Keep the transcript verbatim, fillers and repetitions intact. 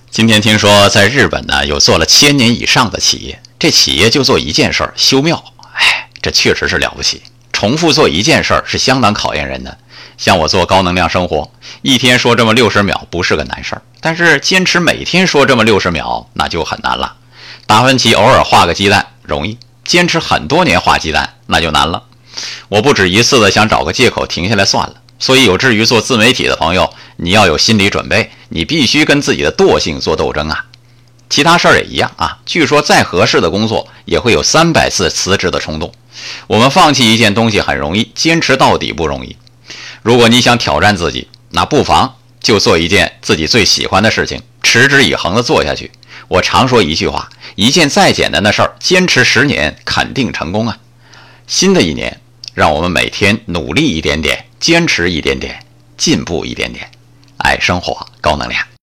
今天听说在日本呢，有做了千年以上的企业，这企业就做一件事儿，修庙。哎，这确实是了不起。重复做一件事儿是相当考验人的。像我做高能量生活，一天说这么六十秒不是个难事儿，但是坚持每天说这么六十秒那就很难了。达芬奇偶尔画个鸡蛋容易，坚持很多年画鸡蛋那就难了。我不止一次的想找个借口停下来算了。所以有志于做自媒体的朋友，你要有心理准备，你必须跟自己的惰性做斗争啊。其他事儿也一样啊，据说再合适的工作也会有三百次辞职的冲动。我们放弃一件东西很容易，坚持到底不容易。如果你想挑战自己，那不妨就做一件自己最喜欢的事情，持之以恒的做下去。我常说一句话，一件再简单的事儿，坚持十年肯定成功啊。新的一年，让我们每天努力一点点，坚持一点点，进步一点点，爱生活，高能量。